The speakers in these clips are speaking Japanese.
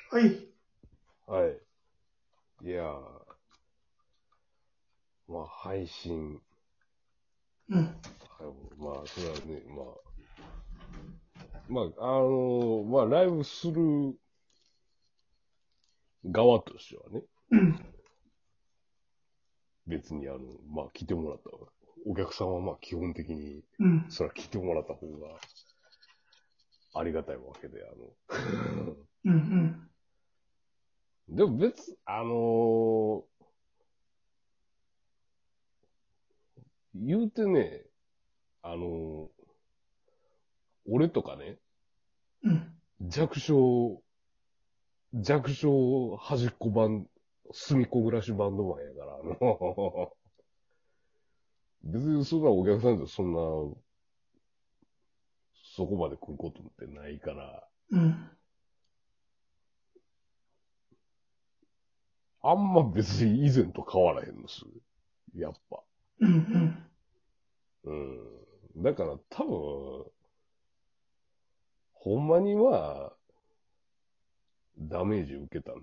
はい。 はい。いやー、まあ、配信。 うん。 まあ、それはね、まあ、ライブする側としてはね、 うん。 別にまあ、来てもらったお客さんはまあ、基本的に、 うん。 それは来てもらった方がありがたいわけで、 うん。 でも言うてね、あの俺とかね、 うん。 弱小、弱小端っこ隅っこ暮らしバンドマンやから、別にそんなお客さんってそんな、そこまで来ることってないから、 うん。 あんま別に以前と変わらへんのす。やっぱ。 うん。 うん。だから多分、ほんまには、ダメージ受けたんって、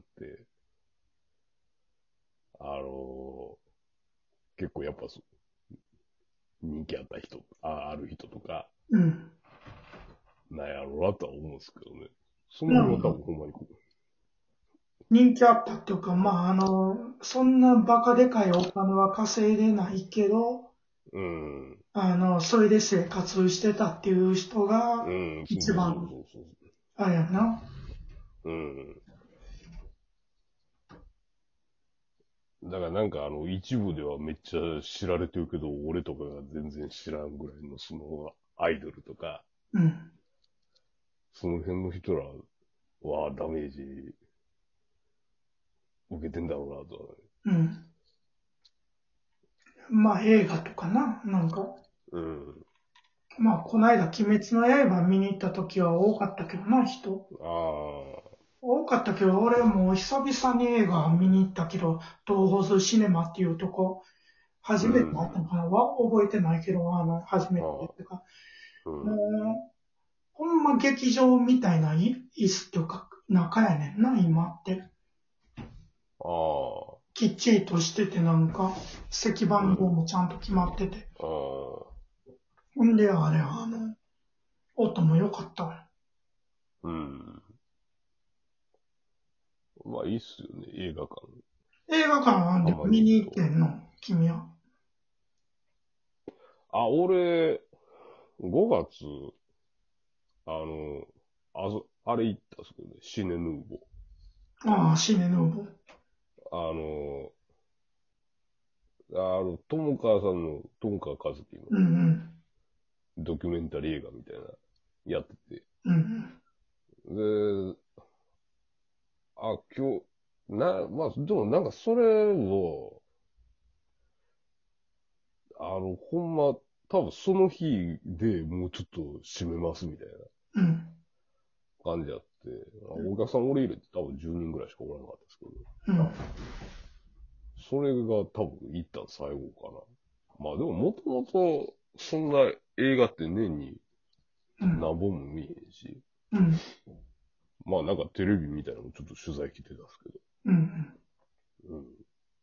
あの結構やっぱ人気あった人、ある人とか、 うん。 なんやろうなとは思うんですけどね。その辺は多まあ、 分ほんまに人気あったっていうか、まあ、そんなバカでかいお金は稼いでないけど、 うん。 それで生活してたっていう人が、 うん、そうそうそう一番、 そうそう。 あれやな。 うん。だからなんか一部ではめっちゃ知られてるけど、俺とかが全然知らんぐらいのアイドルとか、 うん。 その辺の人らはダメージ受けてんだろうなとはね。 うん。まあ、映画とかな。なんか、 うん。 まあ、こないだ、鬼滅の刃見に行った時は多かったけどな、人。 ああ。 多かったけど、俺も久々に映画見に行ったけど、東宝ズシネマっていうとこ、初うめてだったん。 のかなは覚えてないけど、初めてああ。 ってか、もうん。 う、ほんま劇場みたいな椅子っていうか、中やねんな、今って。 ああ。 きっちりとしててなんか、席番号うん。 もちゃんと決まってて。 ああ。 ほんで、あれ、音も良かったわ。 うん。まあいいっすよね、映画館。 映画館はたまでも見に行っに行くと。 てんの君は。 あ、俺、5月、あの、あれ行ったっすけどね、シネヌーボああ、シネヌーボー。 ー。友川さんの、友川和樹のうんうん。 ドキュメンタリー映画みたいな、やってて。 うんで、今日、まあ、でもなんかそれを、ほんま、多分その日でもうちょっと閉めますみたいなうん。うん。 感じあって、お客さん俺入れて多分10人ぐらいしかおらなかったですけど、 うん。 それが多分一旦最後かな。まあでももともと、そんな映画って年にうん。 何本も見えへんし、 うん。 まあなんかテレビみたいなのもちょっと取材来てたんですけど、 うん。 うん。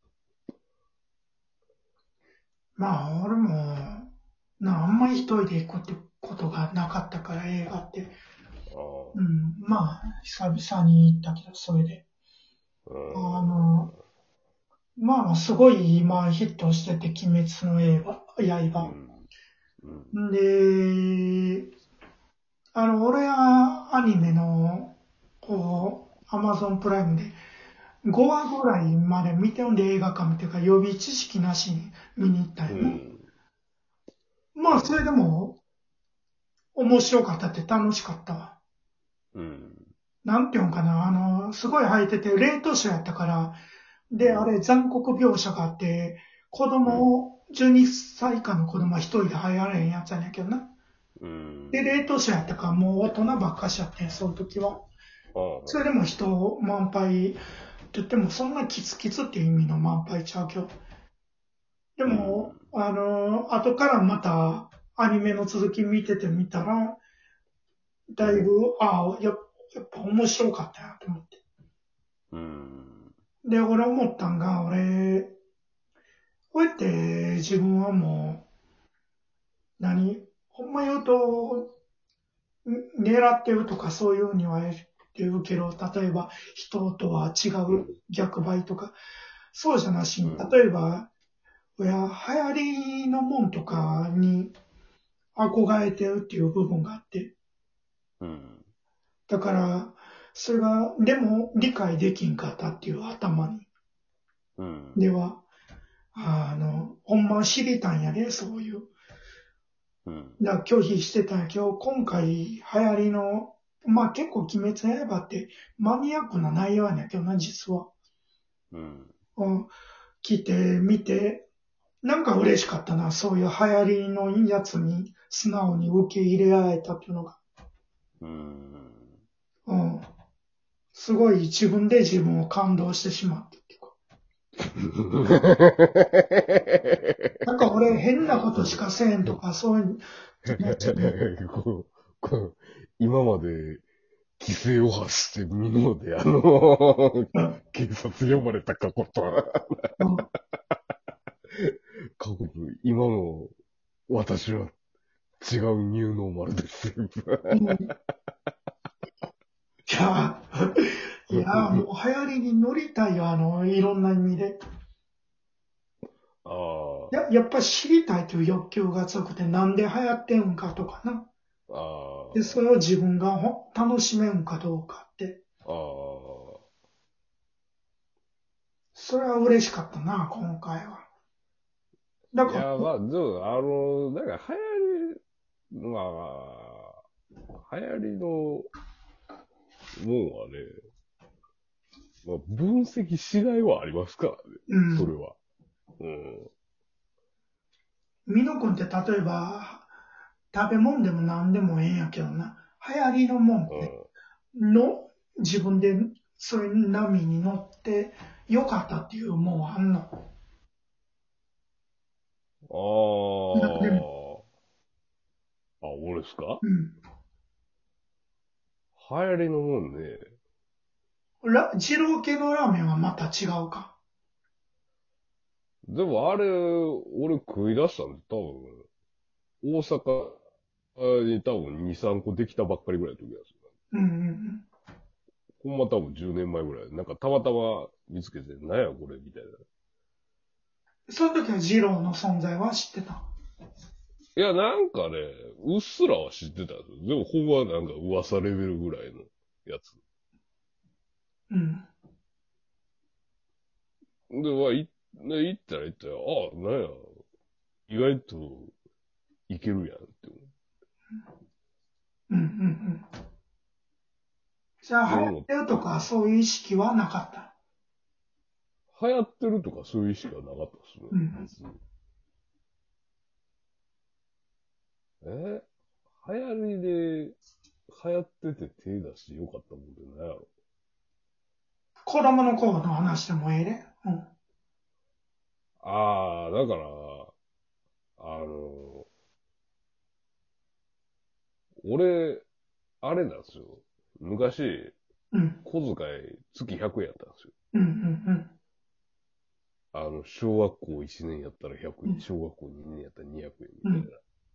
まあ、俺も、あんまり一人で行くってことがなかったから、映画って。 あうん。まあ、久々に行ったけど、それで。 あ、うあん、 の、まあ、すごい今ヒットしてて、鬼滅の刃。 うん、うん、 んで、俺はアニメの、アマゾンプライムで5話ぐらいまで見てんで映画館っていうか予備知識なしに見に行ったうよね。 ん、 まあ、それでも面白かったって楽しかったわ。 うん、 なんていうんかな、すごい入ってて、冷凍書やったから、で、あれうん、 残酷描写があって、子うん、 供、12歳以下の子供は一人で入られへんやつやねんけどな。 うで、 ん、 冷凍書やったからもう大人ばっかしやってん、その時は。 ああ、 それでも人満杯って言ってもそんなキツキツっていう意味の満杯ちゃうけど。でうも、 ん、 後からまたアニメの続き見ててみたら、だいぶ、やっぱ面白かったなと思って。 で、俺思ったんが、こうやって自分はもう、ほんま言うと、狙ってるとかそういうには言ってるけど、例えば人とは違ううん。 逆張りとか、そうじゃなしに、 うん。 例えば、流行りのもんとかに憧れてるっていう部分があって、 うん。 だから、それが、でも理解できんかったっていう頭に、 うん。 では、ほんま知りたんやで、そういう。 うん。 だから拒否してたんやけど、今回流行りの、まあ結構鬼滅の刃ってマニアックな内容やねんけどな、実は。 うん。 うん、来てみて、なんか嬉しかったな、そういう流行りのやつに素直に受け入れられたっていうのが。 うん。 うん。すごい自分で自分を感動してしまったっていうか。なんか俺変なことしかせえんとか、そういう気持ちに、 こう、今まで規制を発してみので、 うん、 警察呼ばれた過去とは、 うん、 過去と今の私は違うニューノーマルですよ。 うん。いや、いや、もう流行りに乗りたいよ、いろんな意味で。 ああ、 やっぱ知りたいという欲求が強くて、なんで流行ってんかとかな。で、そあれを自分が楽しめんかどうかって。 あ、ああ。 それは嬉しかったな、今回は。だから、 いや、まあ、でも、なんかま流行りのもんはね、まあ、分析しがいはありますからね、 うん。 それは。うん。 ミノ君って例えば、食べ物でも何でもええんやけどな。流行りのもんってうん。 自分でそれ波に乗ってよかったっていうもんあんの。 あなんでも。 あ。あ、俺ですか？ うん。 流行りのもんね。 二郎系のラーメンはまた違うか。 でもあれ、俺食い出したんで、多分、大阪に多分2、3個できたばっかりぐらいの時なんですよ。 うんうんほんま多分10年前ぐらい。なんかたまたま見つけて、なんやこれみたいな。 うん。その時は二郎の存在は知ってた。 いや、なんかね、うっすらは知ってたんですよ。でも、ほんまなんか噂レベルぐらいのやつ。 うん。 で、行ったら行ったら、あ、なんや、意外といけるやんって思うんうんうん。じゃあ流行っ思ってるとかそういう意識はなかった。 流行ってるとかそういう意識はなかったですね、 うん。 別に。え流行りで、流行ってて手出してよかったもんって何やろ。 子供の頃の話でもええで。うん。 ああ、だから、あの、俺、あれなんですよ。昔、 うん。 小遣い月100円やったんですよ。 うんうん小学校1年やったら100円、 うん。 小学校2年やったら200円みうん。 たいな。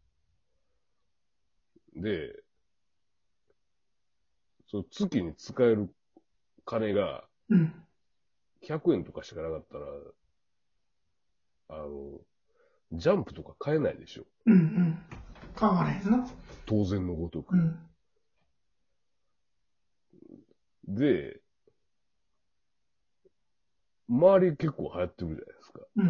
で、その月に使える金がうん。 100円とかしかなかったら、あの、ジャンプとか買えないでしょ。 うんうん。変われへんな。 当然のごとく。 うん。 で、周り結構流行ってるじゃないですか。 うんうん。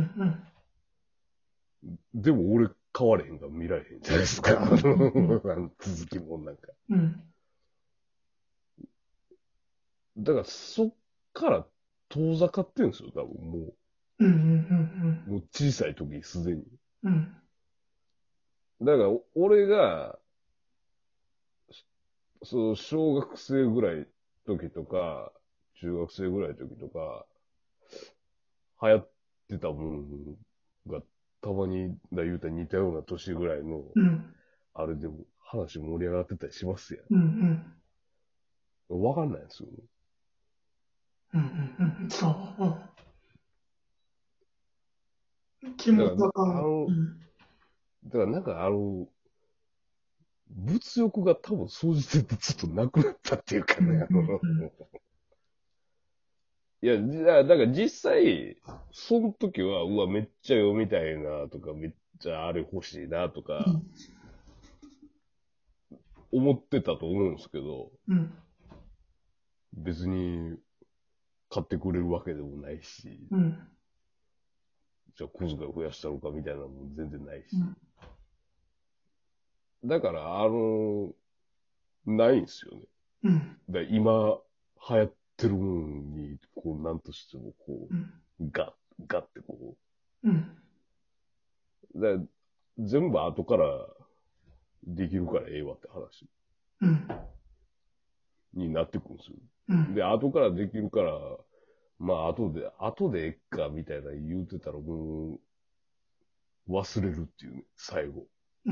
でも俺買われへんから見られへんじゃないですか。 うん続きもんなんか。 うん。 だからそっから遠ざかってんですよ、多分うんうんうんもう小さい時すでに。 うん。うん。 だから俺が、そう、小学生ぐらい時とか、中学生ぐらい時とか、流行ってたもんが、たまに言うたら似たような年ぐらいの、 うん。 あれでも話盛り上がってたりしますやうんうん。 ん。わかんないですよ。 うんうんうん。そう。気だから、 持ちわかる。うん。 だからなんか物欲が多分総じてちょっとなくなったっていうかうんね、 うんうん。 いや、だから実際、その時は、うわ、めっちゃ読みたいなとか、めっちゃあれ欲しいなとか、 うん思ってたと思うんですけど、 うん。 別に買ってくれるわけでもないし、 うん。 じゃあ小遣い増やしたのかみたいなのも全然ないし。 うん。 だから、ないんですよね。 うん。 今、流行ってるもんに、こう、なんとしても、こうん。 う、ガってこうん。 う、全部後からできるからええわって話うん。 になってくるんですよ。 うん。 で、後からできるから、まあ、後でえっか、みたいな言うてたらもう、忘れるっていうね、最後。 うん。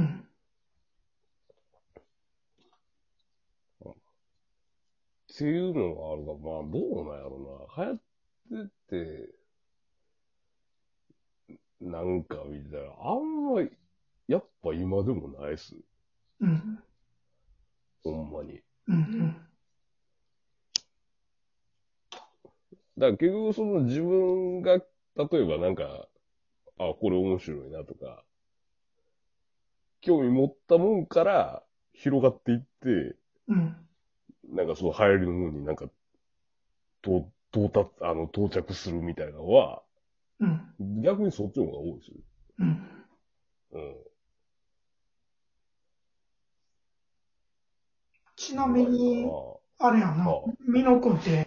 っていうのがあるが、まあ、どうなんやろな。流行ってて、なんかみたいな。あんま、やっぱ今でもないっす。 うん。 ほんまに。 うん。 だから結局その自分が、例えばなんか、あ、これ面白いなとか、興味持ったもんから広がっていって、 うん。 なんかその流行りのものになんか、到着するみたいなのは、 うん。 逆にそっちの方が多いですよ。 うん。 うん。 ちなみぐらいかな。 に、あれやな、 はあ。 美濃君って、